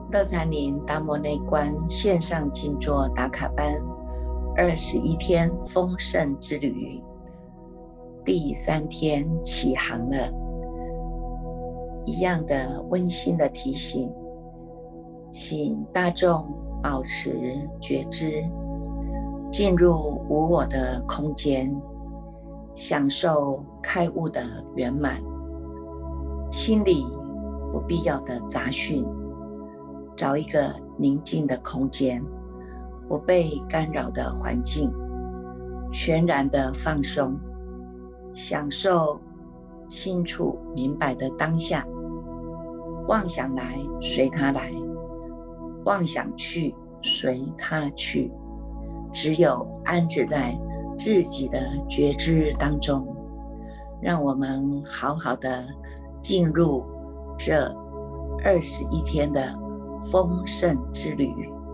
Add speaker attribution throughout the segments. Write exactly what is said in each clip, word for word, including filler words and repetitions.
Speaker 1: 乐禅林达摩内观线上静坐打卡班二十一天丰盛之旅第三天起航了。一样的温馨的提醒，请大众保持觉知，进入无我的空间，享受开悟的圆满，清理不必要的杂讯，找一个宁静的空间，不被干扰的环境，全然的放松，享受清楚明白的当下。妄想来随它来，妄想去随它去，只有安置在自己的觉知当中。让我们好好的进入这二十一天的丰盛之旅。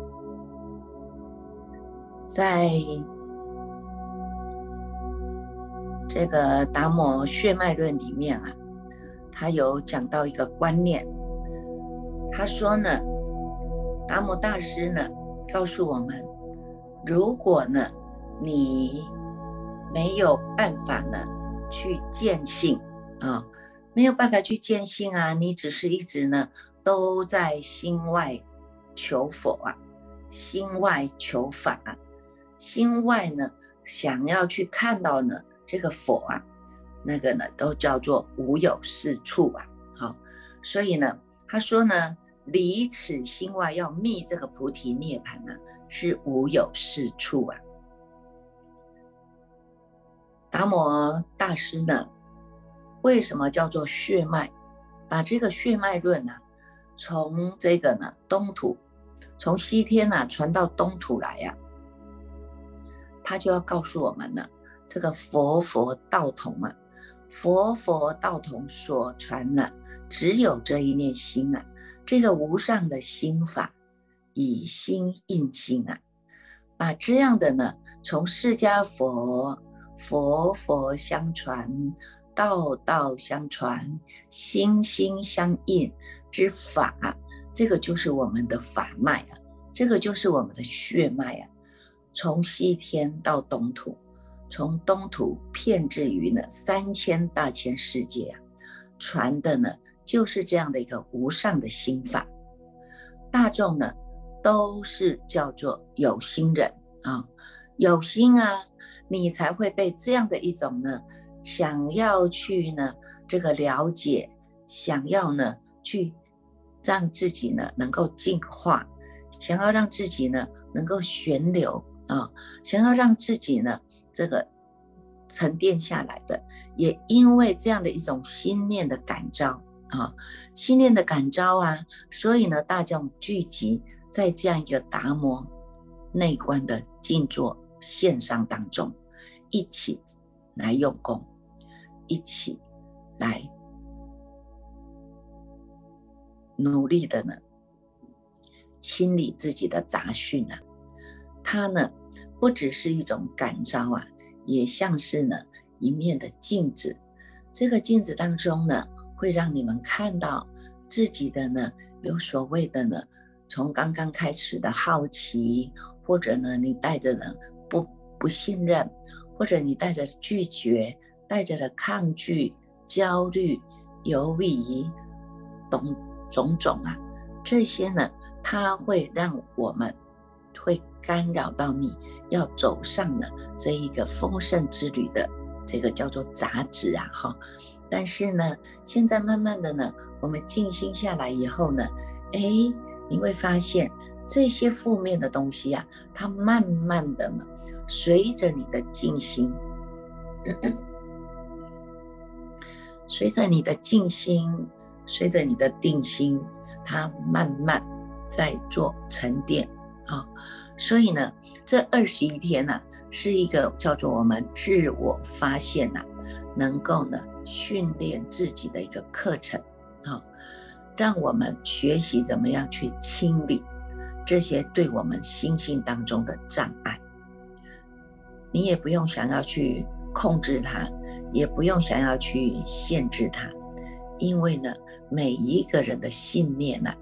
Speaker 1: 在这个达摩血脉论里面啊，他有讲到一个观念，他说呢，达摩大师呢告诉我们，如果呢你没有办法呢去见性啊，没有办法去见性啊，你只是一直呢都在心外求佛啊，心外求法啊，心外呢想要去看到呢这个佛啊，那个呢都叫做无有是处啊。好，所以呢他说呢，离此心外要觅这个菩提涅槃呢，是无有是处啊。达摩大师呢，为什么叫做血脉？把这个血脉论啊，从这个呢东土，从西天啊传到东土来啊，他就要告诉我们呢，这个佛佛道同啊，佛佛道同所传呢，只有这一念心啊，这个无上的心法，以心印心啊，把这样的呢，从释迦佛佛佛相传，道道相传，心心相印之法，这个就是我们的法脉啊，这个就是我们的血脉啊，从西天到东土，从东土遍至于呢三千大千世界啊，传的呢就是这样的一个无上的心法。大众呢都是叫做有心人啊，有心啊，你才会被这样的一种呢想要去呢这个了解，想要呢去让自己呢能够进化，想要让自己呢能够旋流啊，想要让自己呢这个沉淀下来的，也因为这样的一种心念的感召啊，心念的感召啊，所以呢大众聚集在这样一个达摩内观的静坐线上当中，一起来用功，一起来努力的呢清理自己的杂讯啊。它呢不只是一种感召啊，也像是呢一面的镜子。这个镜子当中呢，会让你们看到自己的呢有所谓的呢，从刚刚开始的好奇，或者呢你带着呢不不信任，或者你带着拒绝，带着的抗拒、焦虑、犹疑等种种啊，这些呢它会让我们会干扰到你要走上呢这一个丰盛之旅的这个叫做杂质啊哈。但是呢现在慢慢的呢我们静心下来以后呢，哎，你会发现这些负面的东西啊，它慢慢的呢随着你的静心随着你的静心，随着你的定心，它慢慢在做沉淀啊。所以呢这二十一天呢、啊、是一个叫做我们自我发现啊，能够呢训练自己的一个课程啊，让我们学习怎么样去清理这些对我们心性当中的障碍。你也不用想要去控制它，也不用想要去限制它，因为呢每一个人的信念啊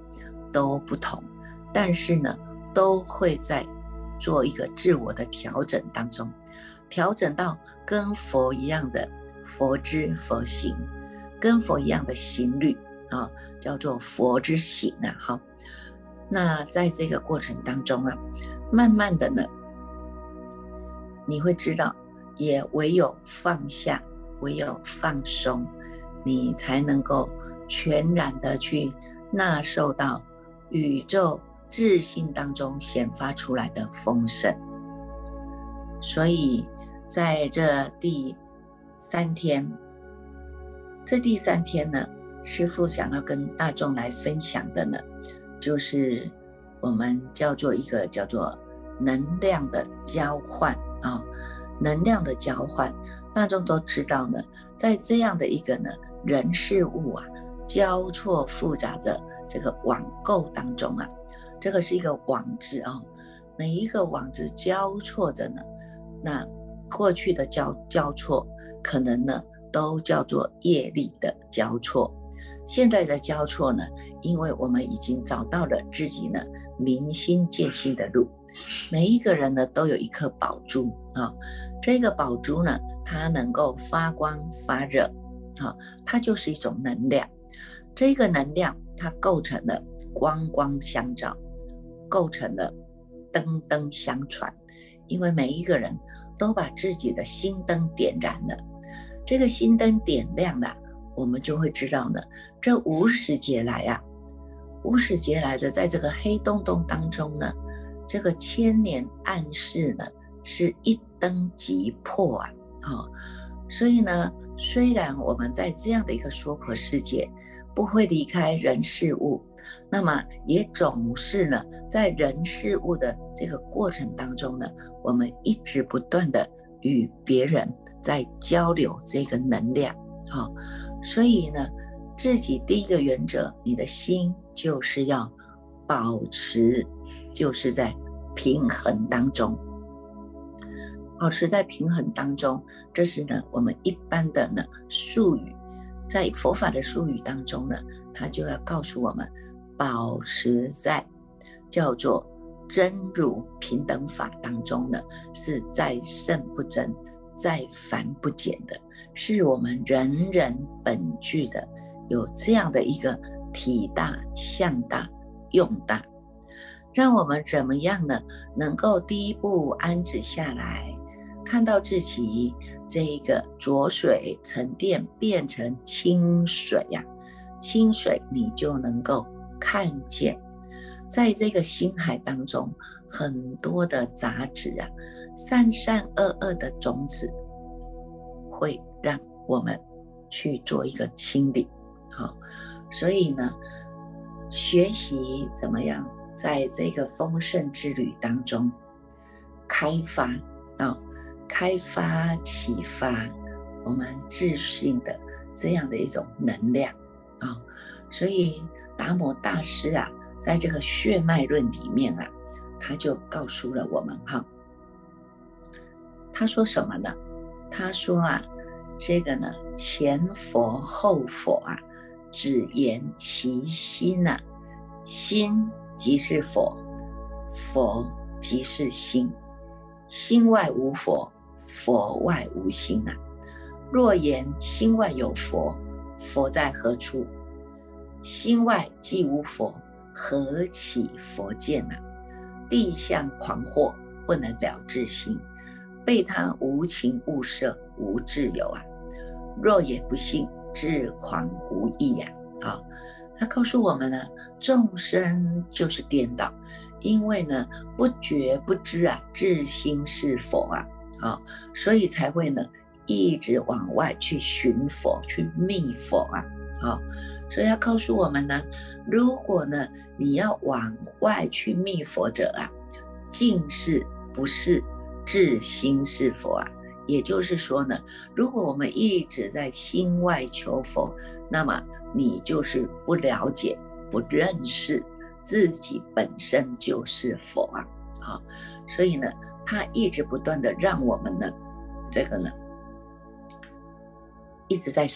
Speaker 1: 都不同，但是呢，都会在做一个自我的调整当中，调整到跟佛一样的佛知佛行，跟佛一样的行律啊，叫做佛之行啊。好，那在这个过程当中啊，慢慢的呢，你会知道，也唯有放下，唯有放松，你才能够全然的去纳受到宇宙自性当中显发出来的丰盛。所以在这第三天，这第三天呢，师父想要跟大众来分享的呢，就是我们叫做一个叫做能量的交换啊、哦，能量的交换，大众都知道呢，在这样的一个呢人事物啊交错复杂的这个网构当中啊，这个是一个网字啊、哦，每一个网字交错着呢，那过去的交交错可能呢都叫做业力的交错，现在的交错呢，因为我们已经找到了自己呢明心见性的路，每一个人呢都有一颗宝珠啊、哦，这个宝珠呢，它能够发光发热啊、哦，它就是一种能量，这个能量它构成了光光相照，构成了灯灯相传，因为每一个人都把自己的心灯点燃了，这个心灯点亮了，我们就会知道呢，这五十劫来啊，五十劫来的在这个黑洞洞当中呢，这个千年暗示呢是一灯即破啊、哦、所以呢，虽然我们在这样的一个娑婆世界不会离开人事物，那么也总是呢在人事物的这个过程当中呢，我们一直不断的与别人在交流这个能量、哦、所以呢，自己第一个原则，你的心就是要保持，就是在平衡当中，保持在平衡当中，这是呢我们一般的呢术语，在佛法的术语当中呢，它就要告诉我们，保持在叫做真如平等法当中呢，是在圣不增，在凡不减的，是我们人人本具的，有这样的一个体大、相大、用大，让我们怎么样呢？能够第一步安止下来，看到自己这一个浊水沉淀变成清水呀、啊，清水你就能够看见，在这个心海当中，很多的杂质啊，善善恶恶的种子，会让我们去做一个清理。好，所以呢，学习怎么样在这个丰盛之旅当中开发啊、哦，开发启发我们自信的这样的一种能量啊、哦，所以达摩大师啊，在这个血脉论里面啊，他就告诉了我们哈，他说什么呢？他说啊，这个呢，前佛后佛啊，只言其心啊，心即是佛，佛即是心，心外无佛，佛外无心啊。若言心外有佛，佛在何处？心外既无佛，何起佛见啊？地相狂惑，不能了自心，被他无情物色，无自由啊。若也不信，自狂无益啊。啊，他告诉我们呢，众生就是颠倒，因为呢不觉不知啊，自心是佛啊，啊，所以才会呢一直往外去寻佛，去觅佛啊，啊，所以他告诉我们呢，如果呢你要往外去觅佛者啊，尽是不是自心是佛啊。也就是说呢，如果我们一直在心外求佛，那么你就是不了解、不认识自己本身就是佛啊。好，所以呢，他一直不断的让我们呢，这个呢，一直在扫啊、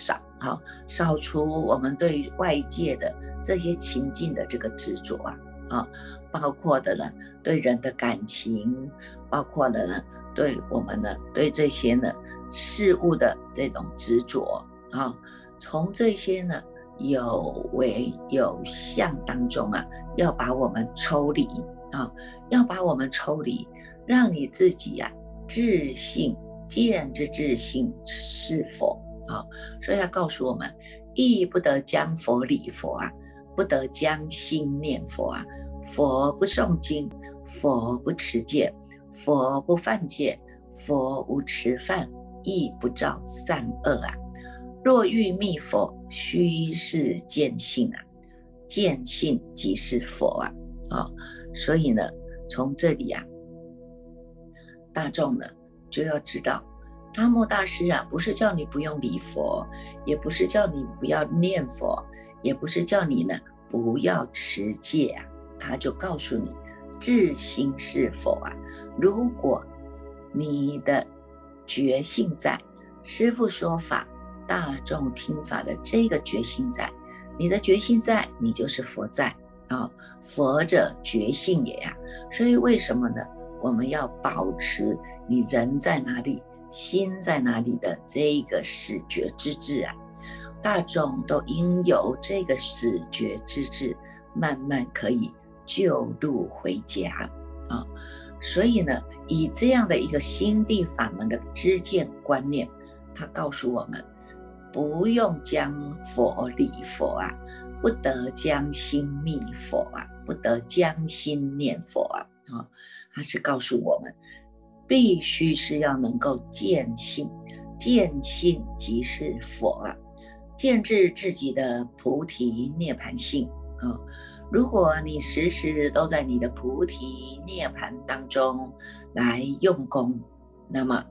Speaker 1: 好，扫除我们对外界的这些情境的这个执着啊，啊，包括的呢对人的感情，包括了呢对我们呢对这些呢事物的这种执着啊，从这些呢有为有相当中啊，要把我们抽离啊，要把我们抽离，让你自己啊自信见之自信是佛啊，所以他告诉我们，亦不得将佛礼佛啊，不得将心念佛啊，佛不诵经，佛不持戒，佛不犯戒，佛无吃饭，亦不造善恶啊。若欲觅佛，须是见性啊，见性即是佛啊。哦，所以呢，从这里啊，大众呢就要知道，达摩大师啊，不是叫你不用礼佛，也不是叫你不要念佛，也不是叫你呢不要持戒啊，他就告诉你，自心是佛啊。如果你的觉性在，师父说法，大众听法的这个决心在，你的决心在，你就是佛在啊、哦。佛者觉性也呀、啊，所以为什么呢？我们要保持你人在哪里，心在哪里的这一个始觉之智啊。大众都应有这个始觉之智，慢慢可以就路回家啊、哦。所以呢，以这样的一个心地法门的知见观念，他告诉我们，不用将佛礼佛啊，不得将心觅佛啊，不得将心念佛啊。哦，他是告诉我们，必须是要能够见性，见性即是佛啊，见至自己的菩提涅槃性啊、哦。如果你时时都在你的菩提涅槃当中来用功，那么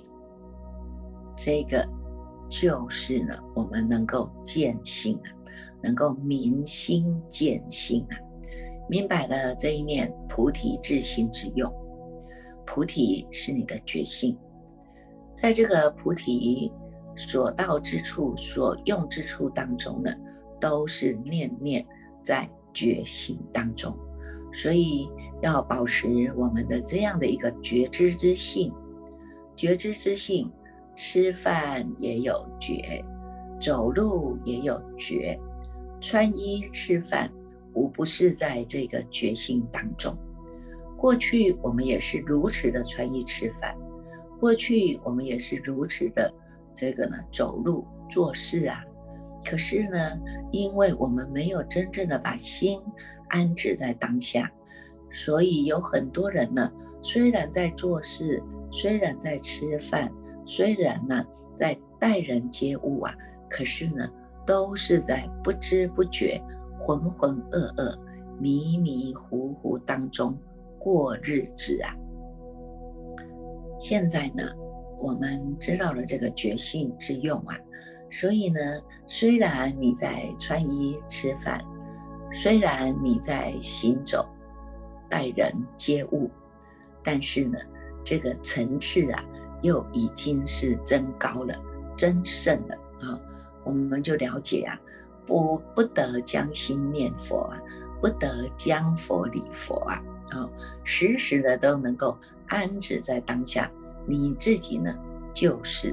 Speaker 1: 这个就是呢，我们能够见性啊，能够明心见性啊，明白了这一念菩提自心之用。菩提是你的觉性，在这个菩提所到之处、所用之处当中呢，都是念念在觉性当中，所以要保持我们的这样的一个觉知之性。觉知之性，吃饭也有觉，走路也有觉，穿衣吃饭无不是在这个觉性当中。过去我们也是如此的穿衣吃饭，过去我们也是如此的这个呢走路做事啊。可是呢，因为我们没有真正的把心安置在当下，所以有很多人呢，虽然在做事，虽然在吃饭，虽然呢在待人接物啊，可是呢都是在不知不觉、浑浑噩噩、迷迷糊糊当中过日子啊。现在呢，我们知道了这个觉性之用啊，所以呢，虽然你在穿衣吃饭，虽然你在行走待人接物，但是呢，这个层次啊，又已经是增高了、增盛了啊、哦！我们就了解啊，不不得将心念佛啊，不得将佛礼佛啊，啊、哦，时时的都能够安置在当下，你自己呢，就是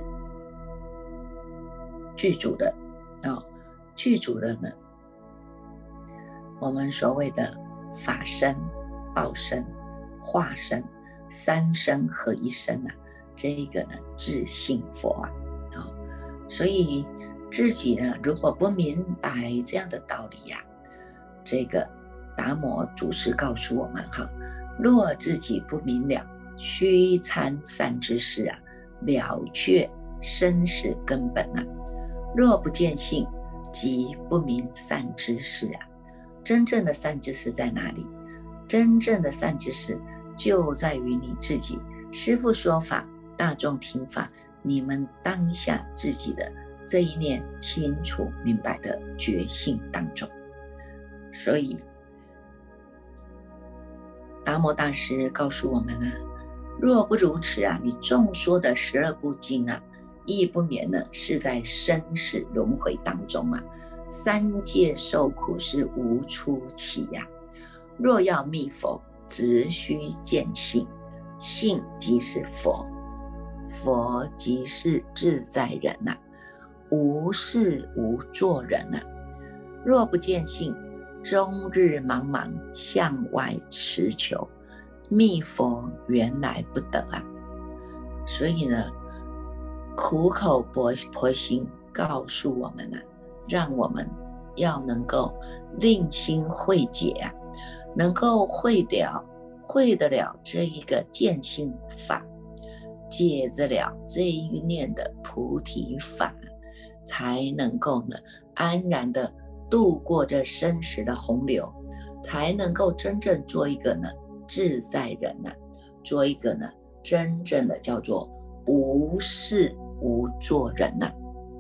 Speaker 1: 具足的啊、哦，具足的呢，我们所谓的法身、报身、化身。三身合一身啊，这一个呢，自性佛啊，哦，所以自己呢，如果不明白这样的道理呀、啊，这个达摩祖师告诉我们哈，若自己不明了，须参善知识啊，了却生死根本啊。若不见性，即不明善知识啊。真正的善知识在哪里？真正的善知识就在于你自己，师父说法，大众听法，你们当下自己的这一念清楚明白的觉性当中。所以达摩大师告诉我们啊，若不如此啊，你众说的十二部经啊， 亦不免呢是在生死轮回当中啊，三界受苦是无出期呀、啊。若要觅佛，只须见性，性即是佛，佛即是自在人呐、啊，无事无作人呐、啊。若不见性，终日茫茫向外驰求，觅佛原来不得啊。所以呢，苦口婆婆心告诉我们啊，让我们要能够令心慧解啊，能够会了会得了这一个见性法，解得了这一念的菩提法，才能够呢安然的度过这生死的洪流，才能够真正做一个呢自在人呐、啊，做一个呢真正的叫做无事无作人呐、啊。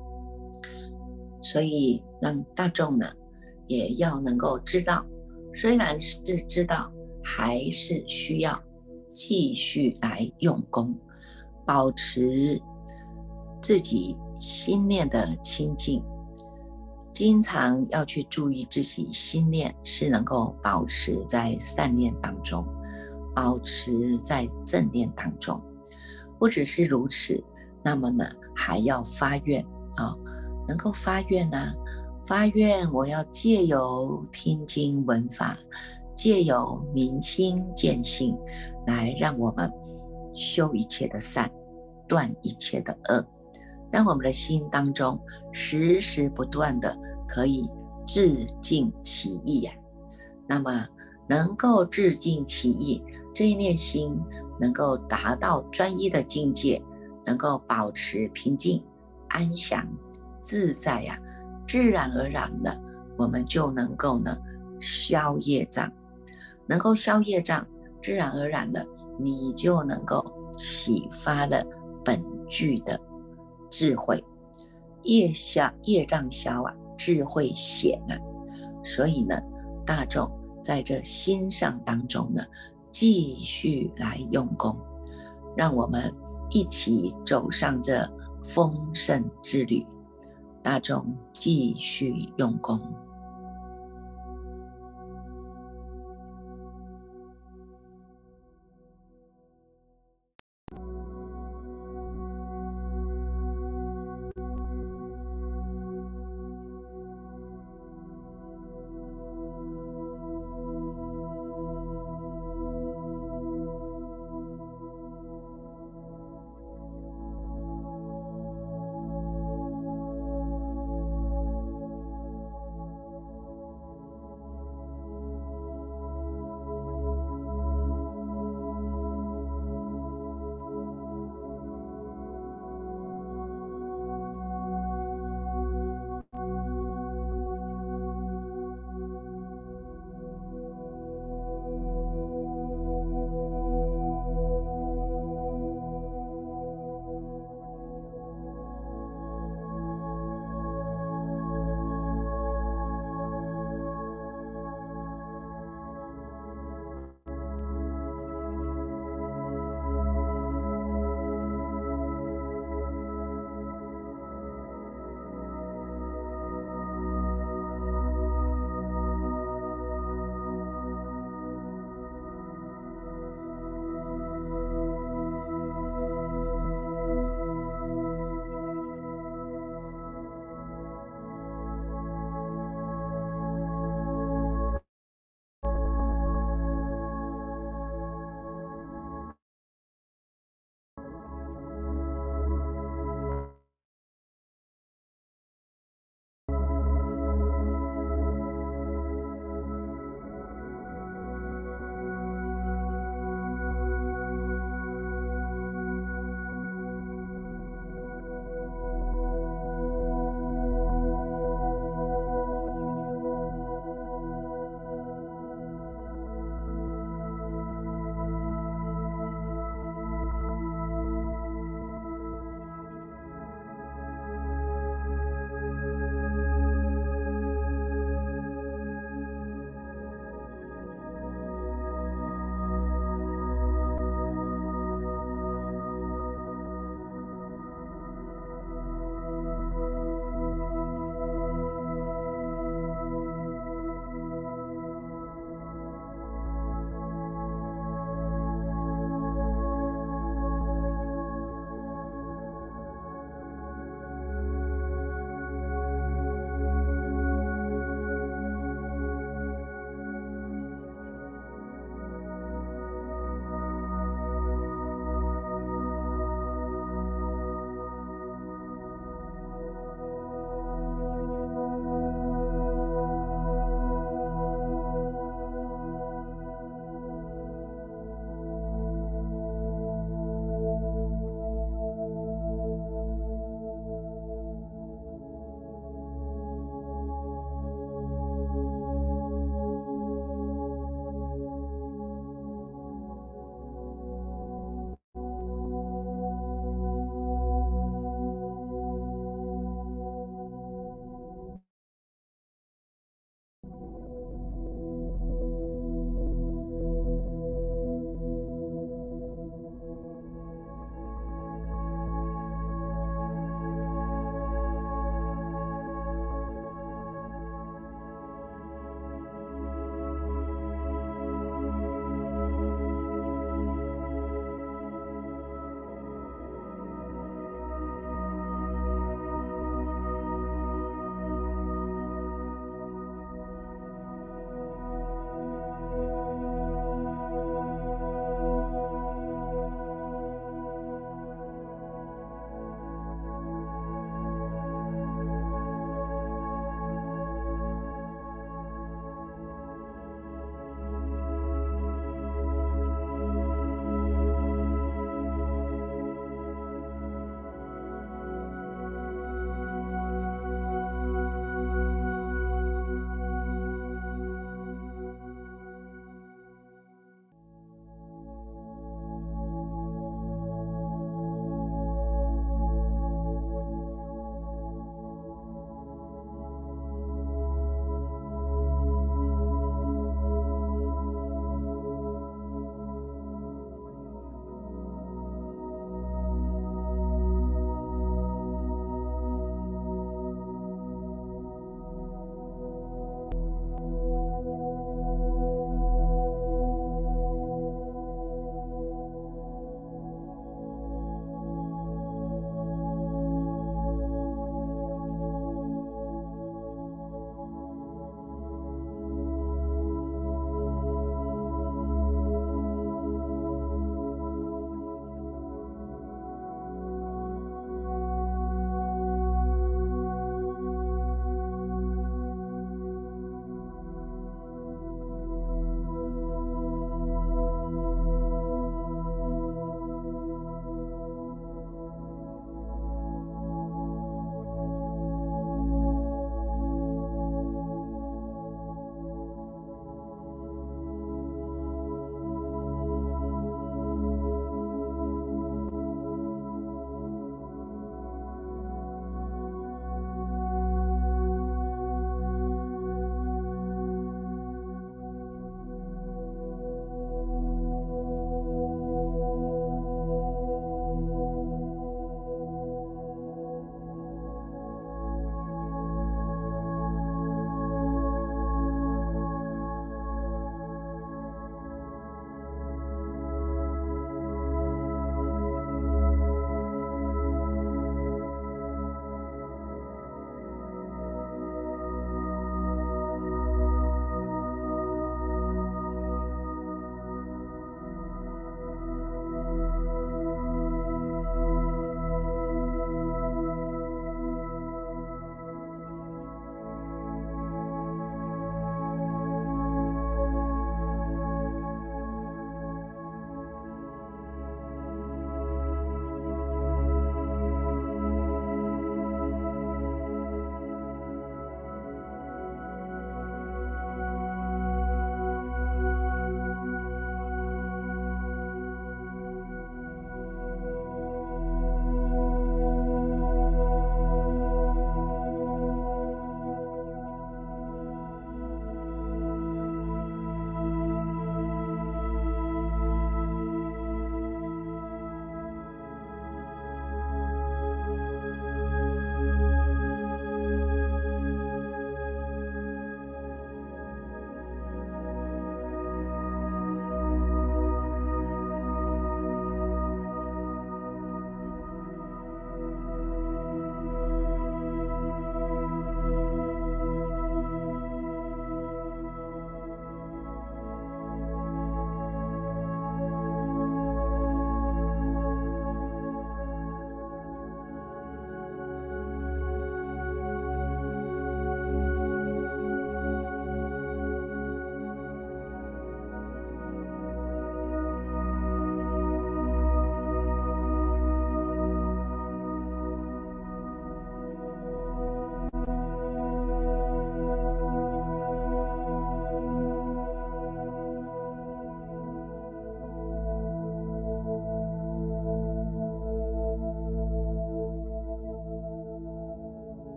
Speaker 1: 所以让大众呢也要能够知道，虽然是知道，还是需要继续来用功，保持自己心念的清净，经常要去注意自己心念是能够保持在善念当中，保持在正念当中。不只是如此，那么呢还要发愿啊、哦，能够发愿啊，发愿我要借由听经闻法，借由明心见性，来让我们修一切的善，断一切的恶，让我们的心当中时时不断的可以自净其意啊。那么能够自净其意，这一念心能够达到专一的境界，能够保持平静安详自在啊，自然而然的我们就能够呢消业障，能够消业障，自然而然的你就能够启发了本具的智慧，业消业障消啊，智慧显啊。所以呢大众在这心上当中呢继续来用功，让我们一起走上这丰盛之旅，大众继续用功。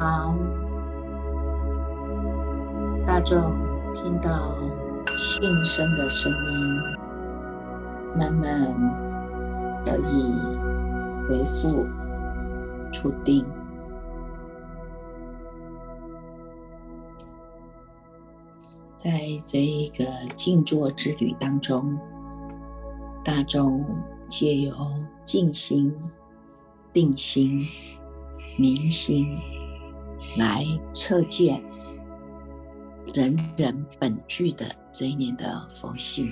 Speaker 1: 好，大众听到庆生的声音，慢慢得以恢复触定。在这一个静坐之旅当中，大众借由静心、定心、明心来测见人人本具的这一念的佛性。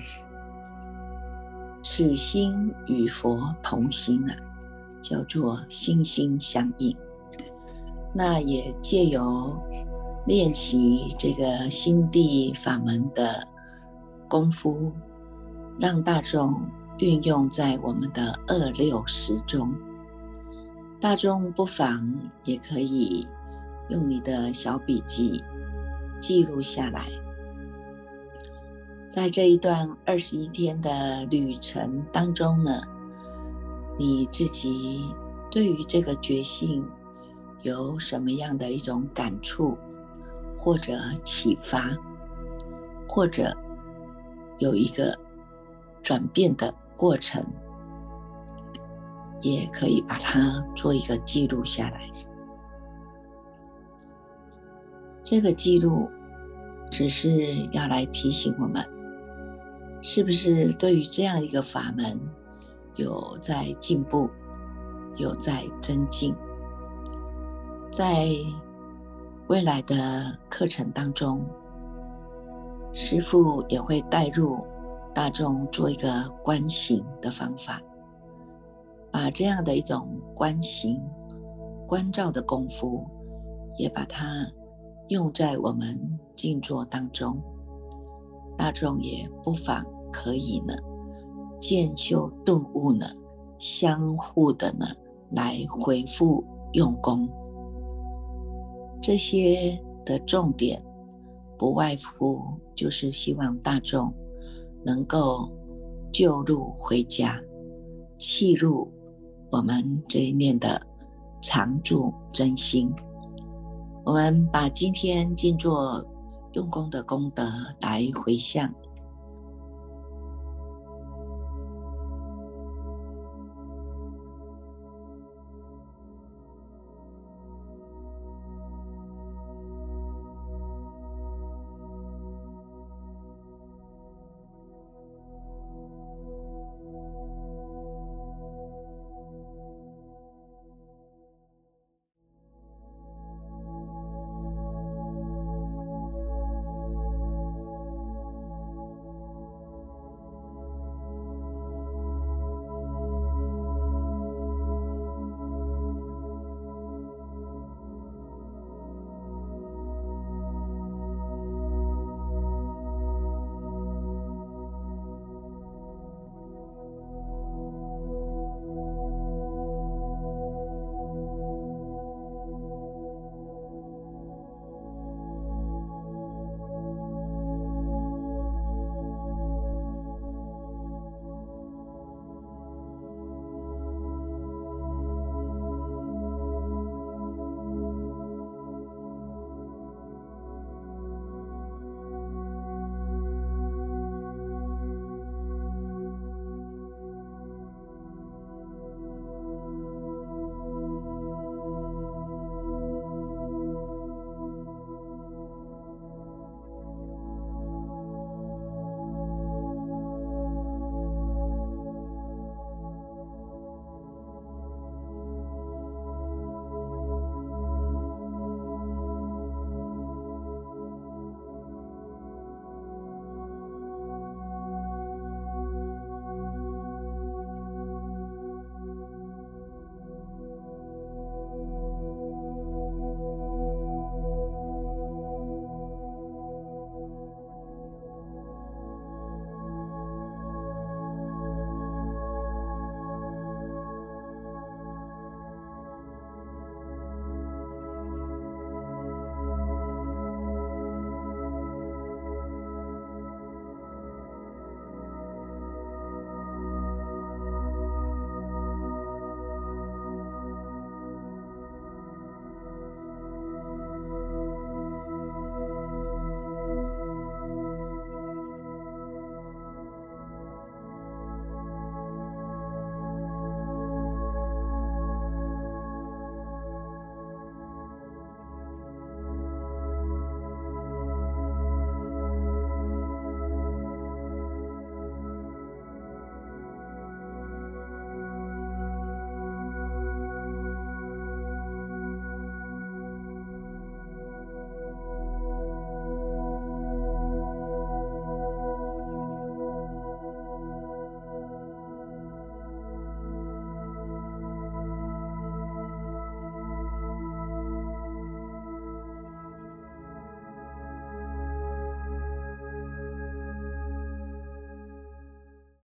Speaker 1: 此心与佛同心啊，叫做心心相印。那也借由练习这个心地法门的功夫，让大众运用在我们的二六时中。大众不妨也可以用你的小笔记记录下来，在这一段二十一天的旅程当中呢，你自己对于这个觉性有什么样的一种感触，或者启发，或者有一个转变的过程，也可以把它做一个记录下来。这个记录只是要来提醒我们，是不是对于这样一个法门有在进步，有在增进。在未来的课程当中，师父也会带入大众做一个观行的方法，把这样的一种观行、关照的功夫，也把它用在我们静坐当中。大众也不妨可以呢，渐修顿悟呢，相互的呢来回复用功。这些的重点不外乎就是希望大众能够就路回家，契入我们这一念的常住真心。我们把今天静坐用功的功德来回向，